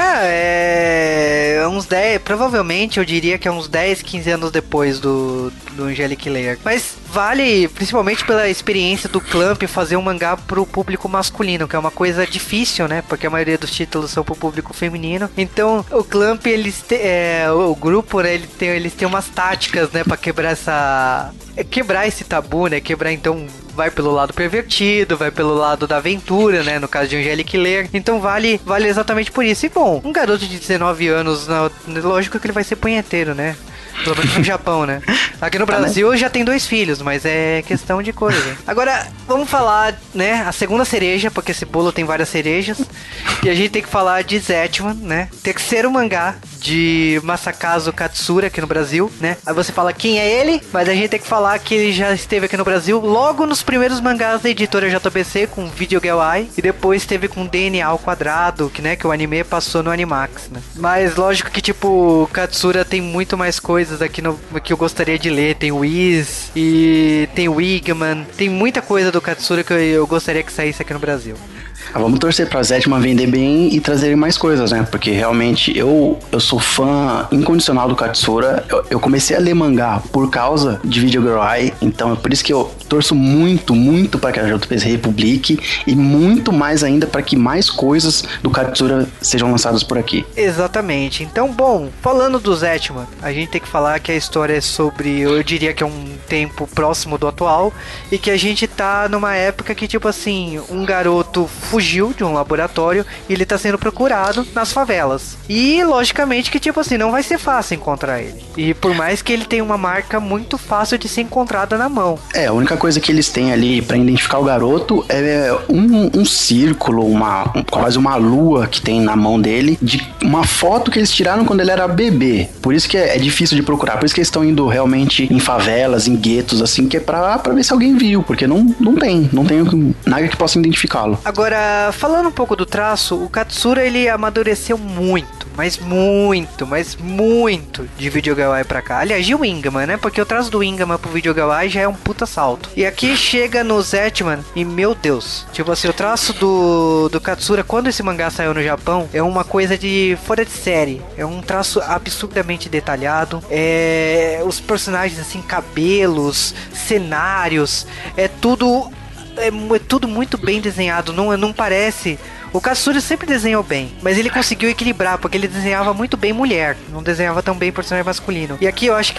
É, é uns dez, provavelmente eu diria que é uns dez, quinze anos depois do, do Angelic Layer. Mas vale, principalmente pela experiência do Clamp, fazer um mangá pro público masculino, que é uma coisa difícil, né? Porque a maioria dos títulos são pro público feminino. Então, o Clamp, eles te, é, o, o grupo, né? Ele tem, eles têm umas táticas, né? Pra quebrar essa... Quebrar esse tabu, né? Quebrar, então... Vai pelo lado pervertido, vai pelo lado da aventura, né? No caso de Angelic Layer. Então vale, vale exatamente por isso. E bom, um garoto de dezenove anos, não, lógico que ele vai ser punheteiro, né? Pelo menos no Japão, né? Aqui no Brasil já tem dois filhos, mas é questão de coisa. Agora, vamos falar, né? A segunda cereja, porque esse bolo tem várias cerejas. E a gente tem que falar de Zetman, né? Terceiro mangá de Masakazu Katsura aqui no Brasil, né? Aí você fala quem é ele, mas a gente tem que falar que ele já esteve aqui no Brasil logo nos primeiros mangás da editora J B C com Video Girl Eye, e depois esteve com D N A ao quadrado, que, né, que o anime passou no Animax, né? Mas lógico que, tipo, Katsura tem muito mais coisas aqui no, que eu gostaria de ler. Tem o Wiz e tem o Wigman, tem muita coisa do Katsura que eu, eu gostaria que saísse aqui no Brasil. Ah, vamos torcer pra Zetman vender bem e trazerem mais coisas, né? Porque realmente eu, eu sou fã incondicional do Katsura. Eu, eu comecei a ler mangá por causa de Video Girl Eye, então é por isso que eu torço muito, muito para que a J B C republique e muito mais ainda para que mais coisas do Katsura sejam lançadas por aqui. Exatamente. Então, bom, falando do Zetman, a gente tem que falar que a história é sobre, eu diria que é um tempo próximo do atual e que a gente tá numa época que, tipo assim, um garoto fugiu de um laboratório e ele tá sendo procurado nas favelas. E, logicamente, que, tipo assim, não vai ser fácil encontrar ele. E por mais que ele tenha uma marca muito fácil de ser encontrada na mão. É, a única coisa que eles têm ali pra identificar o garoto é um, um círculo, uma, um, quase uma lua que tem na mão dele, de uma foto que eles tiraram quando ele era bebê. Por isso que é, é difícil de procurar. Por isso que eles estão indo realmente em favelas, em guetos, assim, que é pra, pra ver se alguém viu. Porque não, não tem, não tem nada que possa identificá-lo. Agora, falando um pouco do traço, o Katsura, ele amadureceu muito, mas muito, mas muito de Video Girl Eye pra cá. Aliás, de Wingman, né? Porque o traço do Wingman pro Video Girl Eye já é um puta salto. E aqui chega no Zetman e, meu Deus, tipo assim, o traço do, do Katsura, quando esse mangá saiu no Japão, é uma coisa de fora de série. É um traço absurdamente detalhado. É, os personagens, assim, cabelos, cenários, é tudo... É, é tudo muito bem desenhado, não, não parece... O Katsura sempre desenhou bem, mas ele conseguiu equilibrar, porque ele desenhava muito bem mulher, não desenhava tão bem personagem masculino. E aqui eu acho que por, por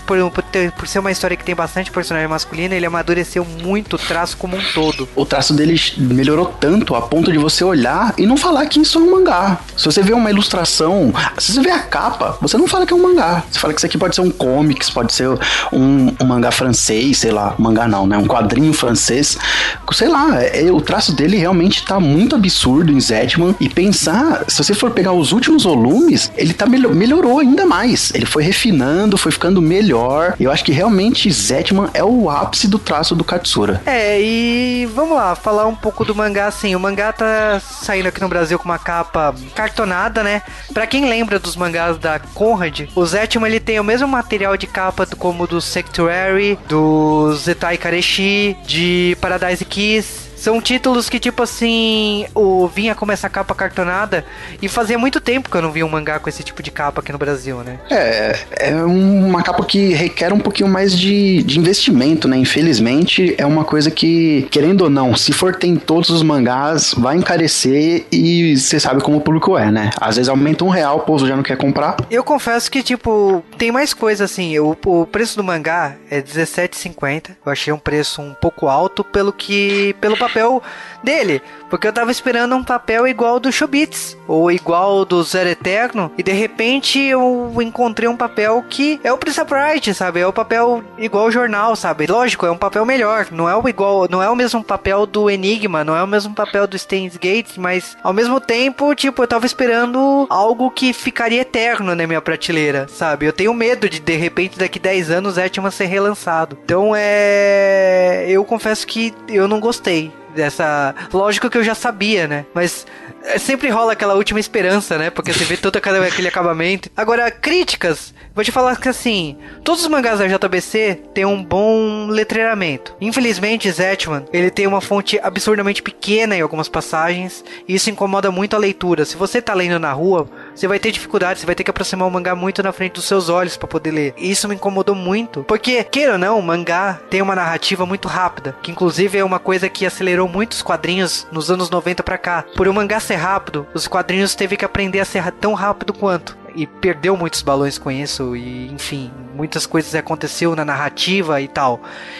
ter, por ser uma história que tem bastante personagem masculino, ele amadureceu muito o traço como um todo. O traço dele melhorou tanto a ponto de você olhar e não falar que isso é um mangá. Se você vê uma ilustração, se você vê a capa, você não fala que é um mangá. Você fala que isso aqui pode ser um comics, pode ser um, um mangá francês, sei lá, mangá não, né? Um quadrinho francês. Sei lá, é, o traço dele realmente tá muito absurdo em Zetman. E pensar, se você for pegar os últimos volumes, ele tá melhor, melhorou ainda mais. Ele foi refinando, foi ficando melhor. Eu acho que realmente Zetman é o ápice do traço do Katsura. É, e vamos lá, falar um pouco do mangá, assim. O mangá tá saindo aqui no Brasil com uma capa cartonada, né? Pra quem lembra dos mangás da Conrad, o Zetman, ele tem o mesmo material de capa como do Sanctuary, do Zettai Kareshi, de Paradise Kiss. São títulos que, tipo assim, o vinha com essa capa cartonada e fazia muito tempo que eu não via um mangá com esse tipo de capa aqui no Brasil, né? É, é uma capa que requer um pouquinho mais de, de investimento, né? Infelizmente, é uma coisa que, querendo ou não, se for ter em todos os mangás, vai encarecer e você sabe como o público é, né? Às vezes aumenta um real, o povo já não quer comprar. Eu confesso que, tipo, tem mais coisa, assim, o, o preço do mangá é dezessete reais e cinquenta centavos. Eu achei um preço um pouco alto pelo que... pelo papel dele, porque eu tava esperando um papel igual do Chobits ou igual do Zero Eterno e de repente eu encontrei um papel que é o Prince of Pride, sabe? É o papel igual ao jornal, sabe? Lógico, é um papel melhor, não é o igual, não é o mesmo papel do Enigma, não é o mesmo papel do Steins Gate, mas ao mesmo tempo, tipo, eu tava esperando algo que ficaria eterno na minha prateleira, sabe? Eu tenho medo de de repente daqui dez anos Zetman ser relançado. Então é, eu confesso que eu não gostei dessa... Lógico que eu já sabia, né? Mas sempre rola aquela última esperança, né? Porque você vê todo aquele acabamento. Agora, críticas. Vou te falar que, assim, todos os mangás da J B C têm um bom letreiramento. Infelizmente, Zetman, ele tem uma fonte absurdamente pequena em algumas passagens. E isso incomoda muito a leitura. Se você tá lendo na rua, você vai ter dificuldade. Você vai ter que aproximar o mangá muito na frente dos seus olhos pra poder ler. E isso me incomodou muito. Porque, queira ou não, o mangá tem uma narrativa muito rápida. Que, inclusive, é uma coisa que acelerou muitos quadrinhos nos anos noventa pra cá. Por um mangá ser rápido, os quadrinhos teve que aprender a ser tão rápido quanto. E perdeu muitos balões com isso. E, enfim, muitas coisas aconteceu na narrativa e tal.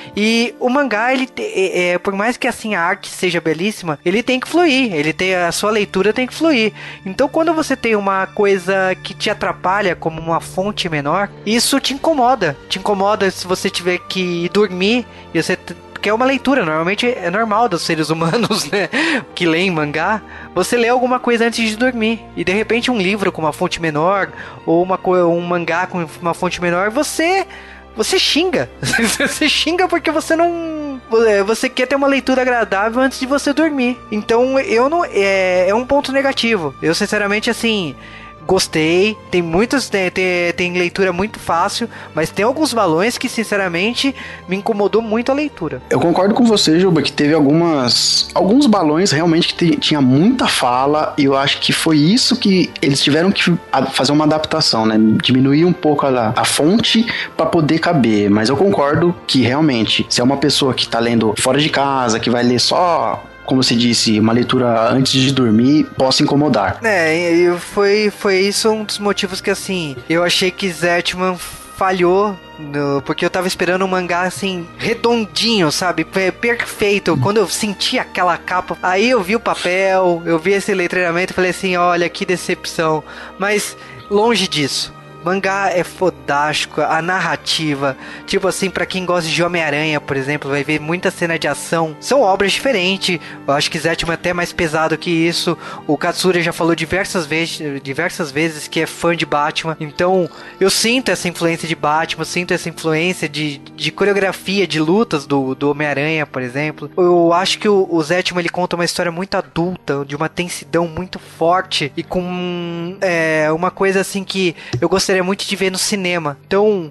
E o mangá, ele é, é, por mais que assim a arte seja belíssima, ele tem que fluir. Ele tem, a sua leitura tem que fluir. Então, quando você tem uma coisa que te atrapalha, como uma fonte menor, isso te incomoda. Te incomoda se você tiver que dormir e você... que é uma leitura, normalmente é normal dos seres humanos, né, que leem mangá, você lê alguma coisa antes de dormir, e de repente um livro com uma fonte menor, ou uma, um mangá com uma fonte menor, você, você xinga, você xinga porque você não, você quer ter uma leitura agradável antes de você dormir, então eu não, é, é um ponto negativo, eu sinceramente assim... Gostei, tem muitos, tem, tem, tem leitura muito fácil, mas tem alguns balões que sinceramente me incomodou muito a leitura. Eu concordo com você, Juba, que teve algumas alguns balões realmente que te, tinha muita fala, e eu acho que foi isso que eles tiveram que fazer uma adaptação, né? Diminuir um pouco a, a fonte para poder caber, mas eu concordo que realmente, se é uma pessoa que tá lendo fora de casa, que vai ler só... como você disse, uma leitura antes de dormir, possa incomodar. É, foi, foi isso um dos motivos que, assim, eu achei que Zetman falhou, no, porque eu tava esperando um mangá, assim, redondinho, sabe? Perfeito. Hum. Quando eu senti aquela capa, aí eu vi o papel, eu vi esse letreiramento e falei assim, olha, que decepção. Mas, longe disso. Mangá é fodástico, a narrativa, tipo assim, pra quem gosta de Homem-Aranha, por exemplo, vai ver muita cena de ação, são obras diferentes, eu acho que Zetman é até mais pesado que isso, o Katsura já falou diversas vezes, diversas vezes que é fã de Batman, então eu sinto essa influência de Batman, sinto essa influência de, de coreografia, de lutas do, do Homem-Aranha, por exemplo, eu acho que o, o Zetman, ele conta uma história muito adulta, de uma tensidão muito forte, e com é, uma coisa assim que eu gostaria muito de ver no cinema. Então,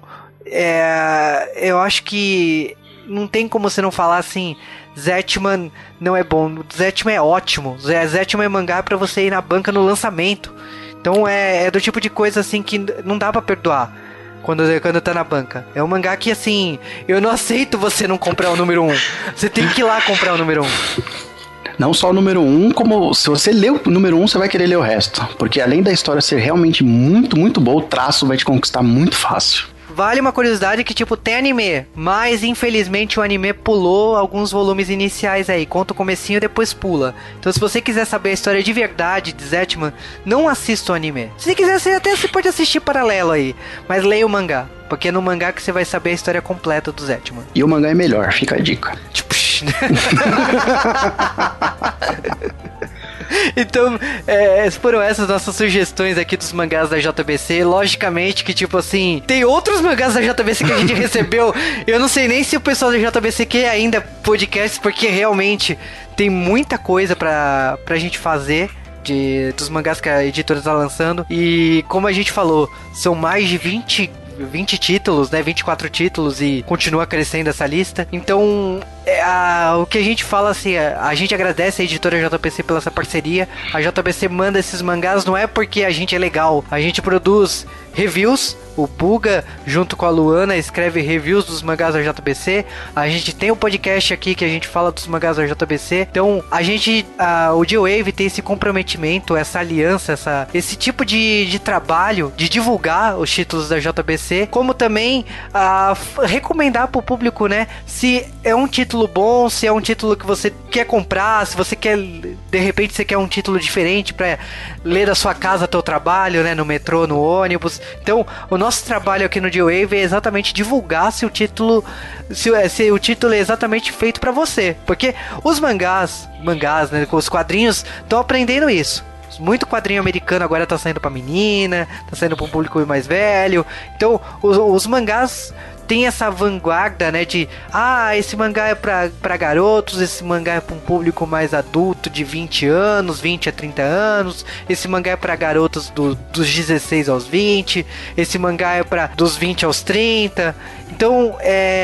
é, eu acho que não tem como você não falar assim, Zetman não é bom, Zetman é ótimo, Zetman é mangá pra você ir na banca no lançamento. Então é, é do tipo de coisa assim que não dá pra perdoar quando, quando tá na banca. É um mangá que assim, eu não aceito você não comprar o número um. Você tem que ir lá comprar o número um. Não só o número um, como se você ler o número um, você vai querer ler o resto. Porque além da história ser realmente muito, muito boa, o traço vai te conquistar muito fácil. vale uma curiosidade que, tipo, tem anime, mas infelizmente o anime pulou alguns volumes iniciais aí, conta o comecinho e depois pula. Então se você quiser saber a história de verdade de Zetman, não assista o anime. Se quiser, você até você pode assistir paralelo aí, mas leia o mangá, porque é no mangá que você vai saber a história completa do Zetman. E o mangá é melhor, fica a dica. Tipo, então, é, foram essas nossas sugestões aqui dos mangás da J B C. Logicamente que, tipo assim, tem outros mangás da J B C que a gente recebeu. Eu não sei nem se o pessoal da J B C quer ainda podcast, porque realmente tem muita coisa pra, pra gente fazer de, dos mangás que a editora tá lançando. E como a gente falou, são mais de vinte títulos, né? vinte e quatro títulos e continua crescendo essa lista. Então, é, a, o que a gente fala assim, a, a gente agradece a editora J B C pela essa parceria. A J B C manda esses mangás, não é porque a gente é legal, a gente produz reviews. O Puga, junto com a Luana, escreve reviews dos mangás da J B C. A gente tem um podcast aqui que a gente fala dos mangás da J B C. Então, a gente, a, o J-Wave tem esse comprometimento, essa aliança, essa, esse tipo de, de trabalho de divulgar os títulos da J B C, como também a, recomendar pro público, né, se é um título bom, se é um título que você quer comprar, se você quer, de repente, você quer um título diferente pra ler da sua casa teu trabalho, né, no metrô, no ônibus. Então, o nosso trabalho aqui no J-Wave é exatamente divulgar se o título se, se o título é exatamente feito pra você, porque os mangás, mangás, né, os quadrinhos estão aprendendo isso. Muito quadrinho americano agora tá saindo pra menina, tá saindo pra um público mais velho. Então, os, os mangás tem essa vanguarda, né, de ah, esse mangá é pra, pra garotos, esse mangá é pra um público mais adulto de vinte anos, vinte a trinta anos, esse mangá é pra garotos do, dos dezesseis aos vinte, esse mangá é pra dos vinte aos trinta. Então,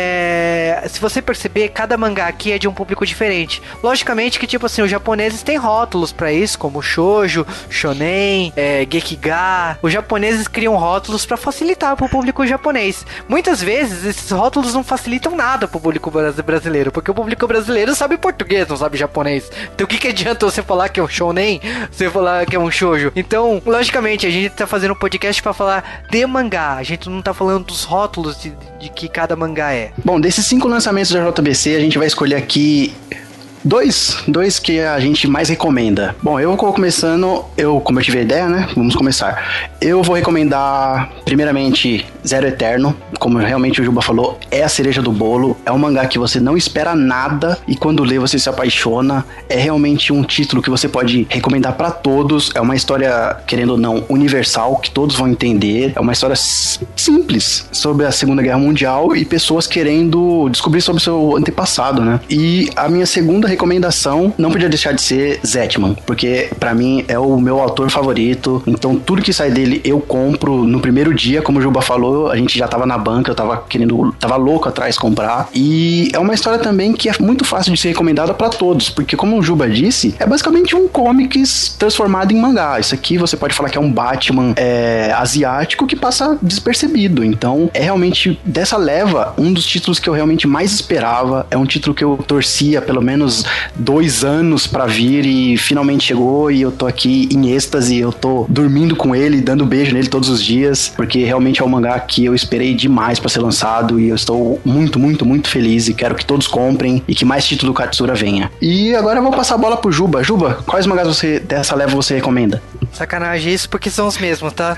é, se você perceber, cada mangá aqui é de um público diferente. Logicamente que, tipo assim, os japoneses têm rótulos pra isso, como shoujo, shonen, é, gekiga. Os japoneses criam rótulos pra facilitar pro público japonês. Muitas vezes, esses rótulos não facilitam nada pro público brasileiro, porque o público brasileiro sabe português, não sabe japonês. Então, o que que adianta você falar que é um shonen, você falar que é um shoujo? Então, logicamente, a gente tá fazendo um podcast pra falar de mangá. A gente não tá falando dos rótulos de, de que cada mangá é. Bom, desses cinco lançamentos da J B C, a gente vai escolher aqui dois, dois que a gente mais recomenda. Bom, eu vou começando, eu, como eu tive a ideia, né, vamos começar. Eu vou recomendar, primeiramente, Zero Eterno. Como realmente o Juba falou, é a cereja do bolo. É um mangá que você não espera nada e quando lê você se apaixona. É realmente um título que você pode recomendar pra todos. É uma história, querendo ou não, universal, que todos vão entender. É uma história simples sobre a Segunda Guerra Mundial e pessoas querendo descobrir sobre o seu antepassado, né? E a minha segunda recomendação não podia deixar de ser Zetman, porque pra mim é o meu autor favorito. Então tudo que sai dele eu compro no primeiro dia. Como o Juba falou, a gente já tava na banca, eu tava querendo, tava louco atrás comprar. E é uma história também que é muito fácil de ser recomendada pra todos, porque como o Juba disse, é basicamente um comics transformado em mangá. Isso aqui você pode falar que é um Batman é, asiático que passa despercebido. Então é realmente dessa leva um dos títulos que eu realmente mais esperava. É um título que eu torcia pelo menos dois anos pra vir e finalmente chegou e eu tô aqui em êxtase. Eu tô dormindo com ele, dando beijo nele todos os dias, porque realmente é um mangá que eu esperei demais pra ser lançado e eu estou muito, muito, muito feliz e quero que todos comprem e que mais título do Katsura venha. E agora eu vou passar a bola pro Juba. Juba, quais mangás você, dessa leva você recomenda? Sacanagem isso, porque são os mesmos, tá?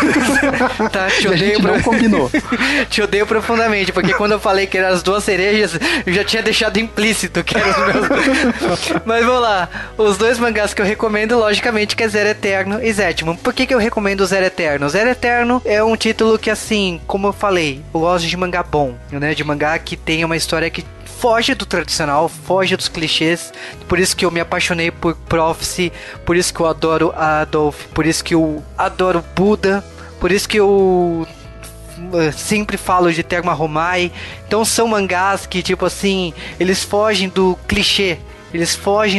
Tá, te odeio. A gente pro... não combinou. Te odeio profundamente, porque quando eu falei que eram as duas cerejas, eu já tinha deixado implícito que eram os meus. Mas vamos lá. Os dois mangás que eu recomendo, logicamente, que é Zero Eterno e Zetman. Por que que eu recomendo Zero Eterno? Zero Eterno é um título que, assim, como eu falei, eu gosto de mangá bom, né? De mangá que tem uma história que foge do tradicional, foge dos clichês. Por isso que eu me apaixonei por Prophecy, por isso que eu adoro a Adolf, por isso que eu adoro Buda, por isso que eu sempre falo de Terma Romai. Então são mangás que, tipo assim, eles fogem do clichê, eles fogem do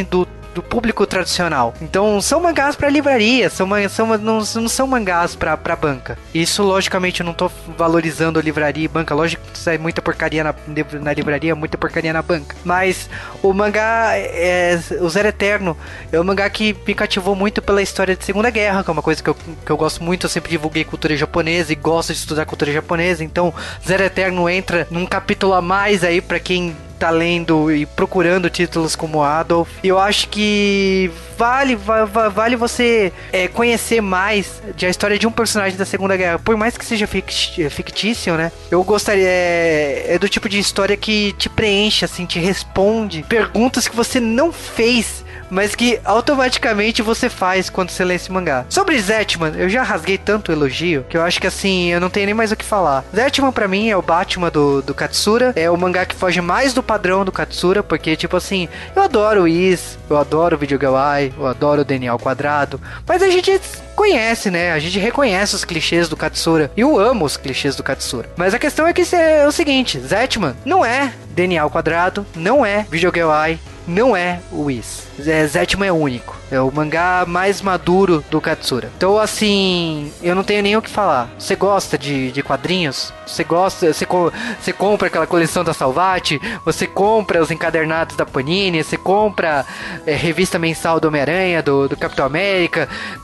do público tradicional. Então são mangás pra livraria, são, são, não, não são mangás pra, pra banca. Isso, logicamente, eu não tô valorizando a livraria e banca. Lógico que sai muita porcaria na, na livraria, muita porcaria na banca. Mas o mangá, é, o Zero Eterno, é um mangá que me cativou muito pela história de Segunda Guerra, que é uma coisa que eu, que eu gosto muito. Eu sempre divulguei cultura japonesa e gosto de estudar cultura japonesa. Então Zero Eterno entra num capítulo a mais aí pra quem tá lendo e procurando títulos como Adolf. E eu acho que vale, va, va, vale você é, conhecer mais de a história de um personagem da Segunda Guerra. Por mais que seja fictício, né? Eu gostaria... É, é do tipo de história que te preenche, assim, te responde perguntas que você não fez, mas que automaticamente você faz quando você lê esse mangá. Sobre Zetman, eu já rasguei tanto elogio que eu acho que assim, eu não tenho nem mais o que falar. Zetman pra mim é o Batman do, do Katsura, é o mangá que foge mais do padrão do Katsura, porque tipo assim, eu adoro o Is, eu adoro o Videogawai, eu adoro o Daniel Quadrado, mas a gente conhece, né? A gente reconhece os clichês do Katsura, e eu amo os clichês do Katsura. Mas a questão é que é o seguinte, Zetman não é Daniel Quadrado, não é Videogawai, não é o Whis. Zetman é único. É o mangá mais maduro do Katsura. Então, assim, eu não tenho nem o que falar. Você gosta de, de quadrinhos? Você gosta... Você, co você compra aquela coleção da Salvati? Você compra os encadernados da Panini? Você compra é, revista mensal do Homem-Aranha, do, do Capitão América,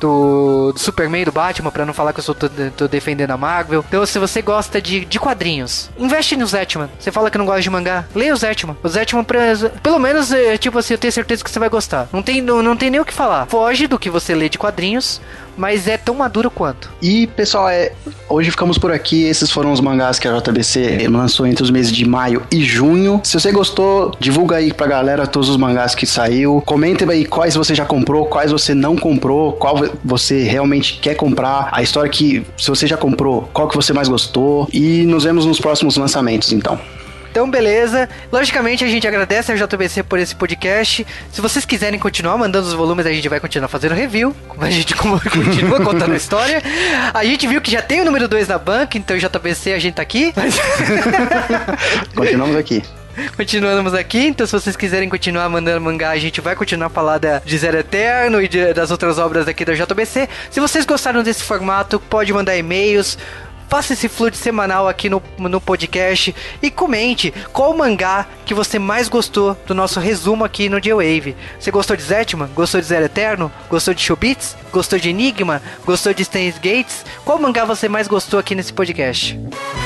do, do Superman, do Batman, pra não falar que eu sou, tô, tô defendendo a Marvel. Então, se você gosta de, de quadrinhos, investe no Zetman. Você fala que não gosta de mangá? Leia o Zetman. O Zetman, pra, pelo menos, é, tipo assim, eu tenho certeza que você vai gostar. Não tem, não, não tem nem o que falar. Foge do que você lê de quadrinhos, mas é tão maduro quanto. E, pessoal, é, hoje ficamos por aqui. Esses foram os mangás que a J B C lançou entre os meses de maio e junho. Se você gostou, divulga aí pra galera todos os mangás que saiu. Comenta aí quais você já comprou, quais você não comprou, qual você realmente quer comprar. A história que, se você já comprou, qual que você mais gostou. E nos vemos nos próximos lançamentos, então. Então, beleza. Logicamente, a gente agradece a J B C por esse podcast. Se vocês quiserem continuar mandando os volumes, a gente vai continuar fazendo review. A gente continua contando a história. A gente viu que já tem o número dois na banca, então J B C a gente tá aqui. Continuamos aqui. Continuamos aqui, então se vocês quiserem continuar mandando mangá, a gente vai continuar a falar da, de Zero Eterno e de, das outras obras aqui da J B C. Se vocês gostaram desse formato, pode mandar e-mails. Faça esse flood semanal aqui no, no podcast e comente qual mangá que você mais gostou do nosso resumo aqui no J-Wave. Você gostou de Zetman? Gostou de Zero Eterno? Gostou de Chobits? Gostou de Enigma? Gostou de Steins Gates? Qual mangá você mais gostou aqui nesse podcast?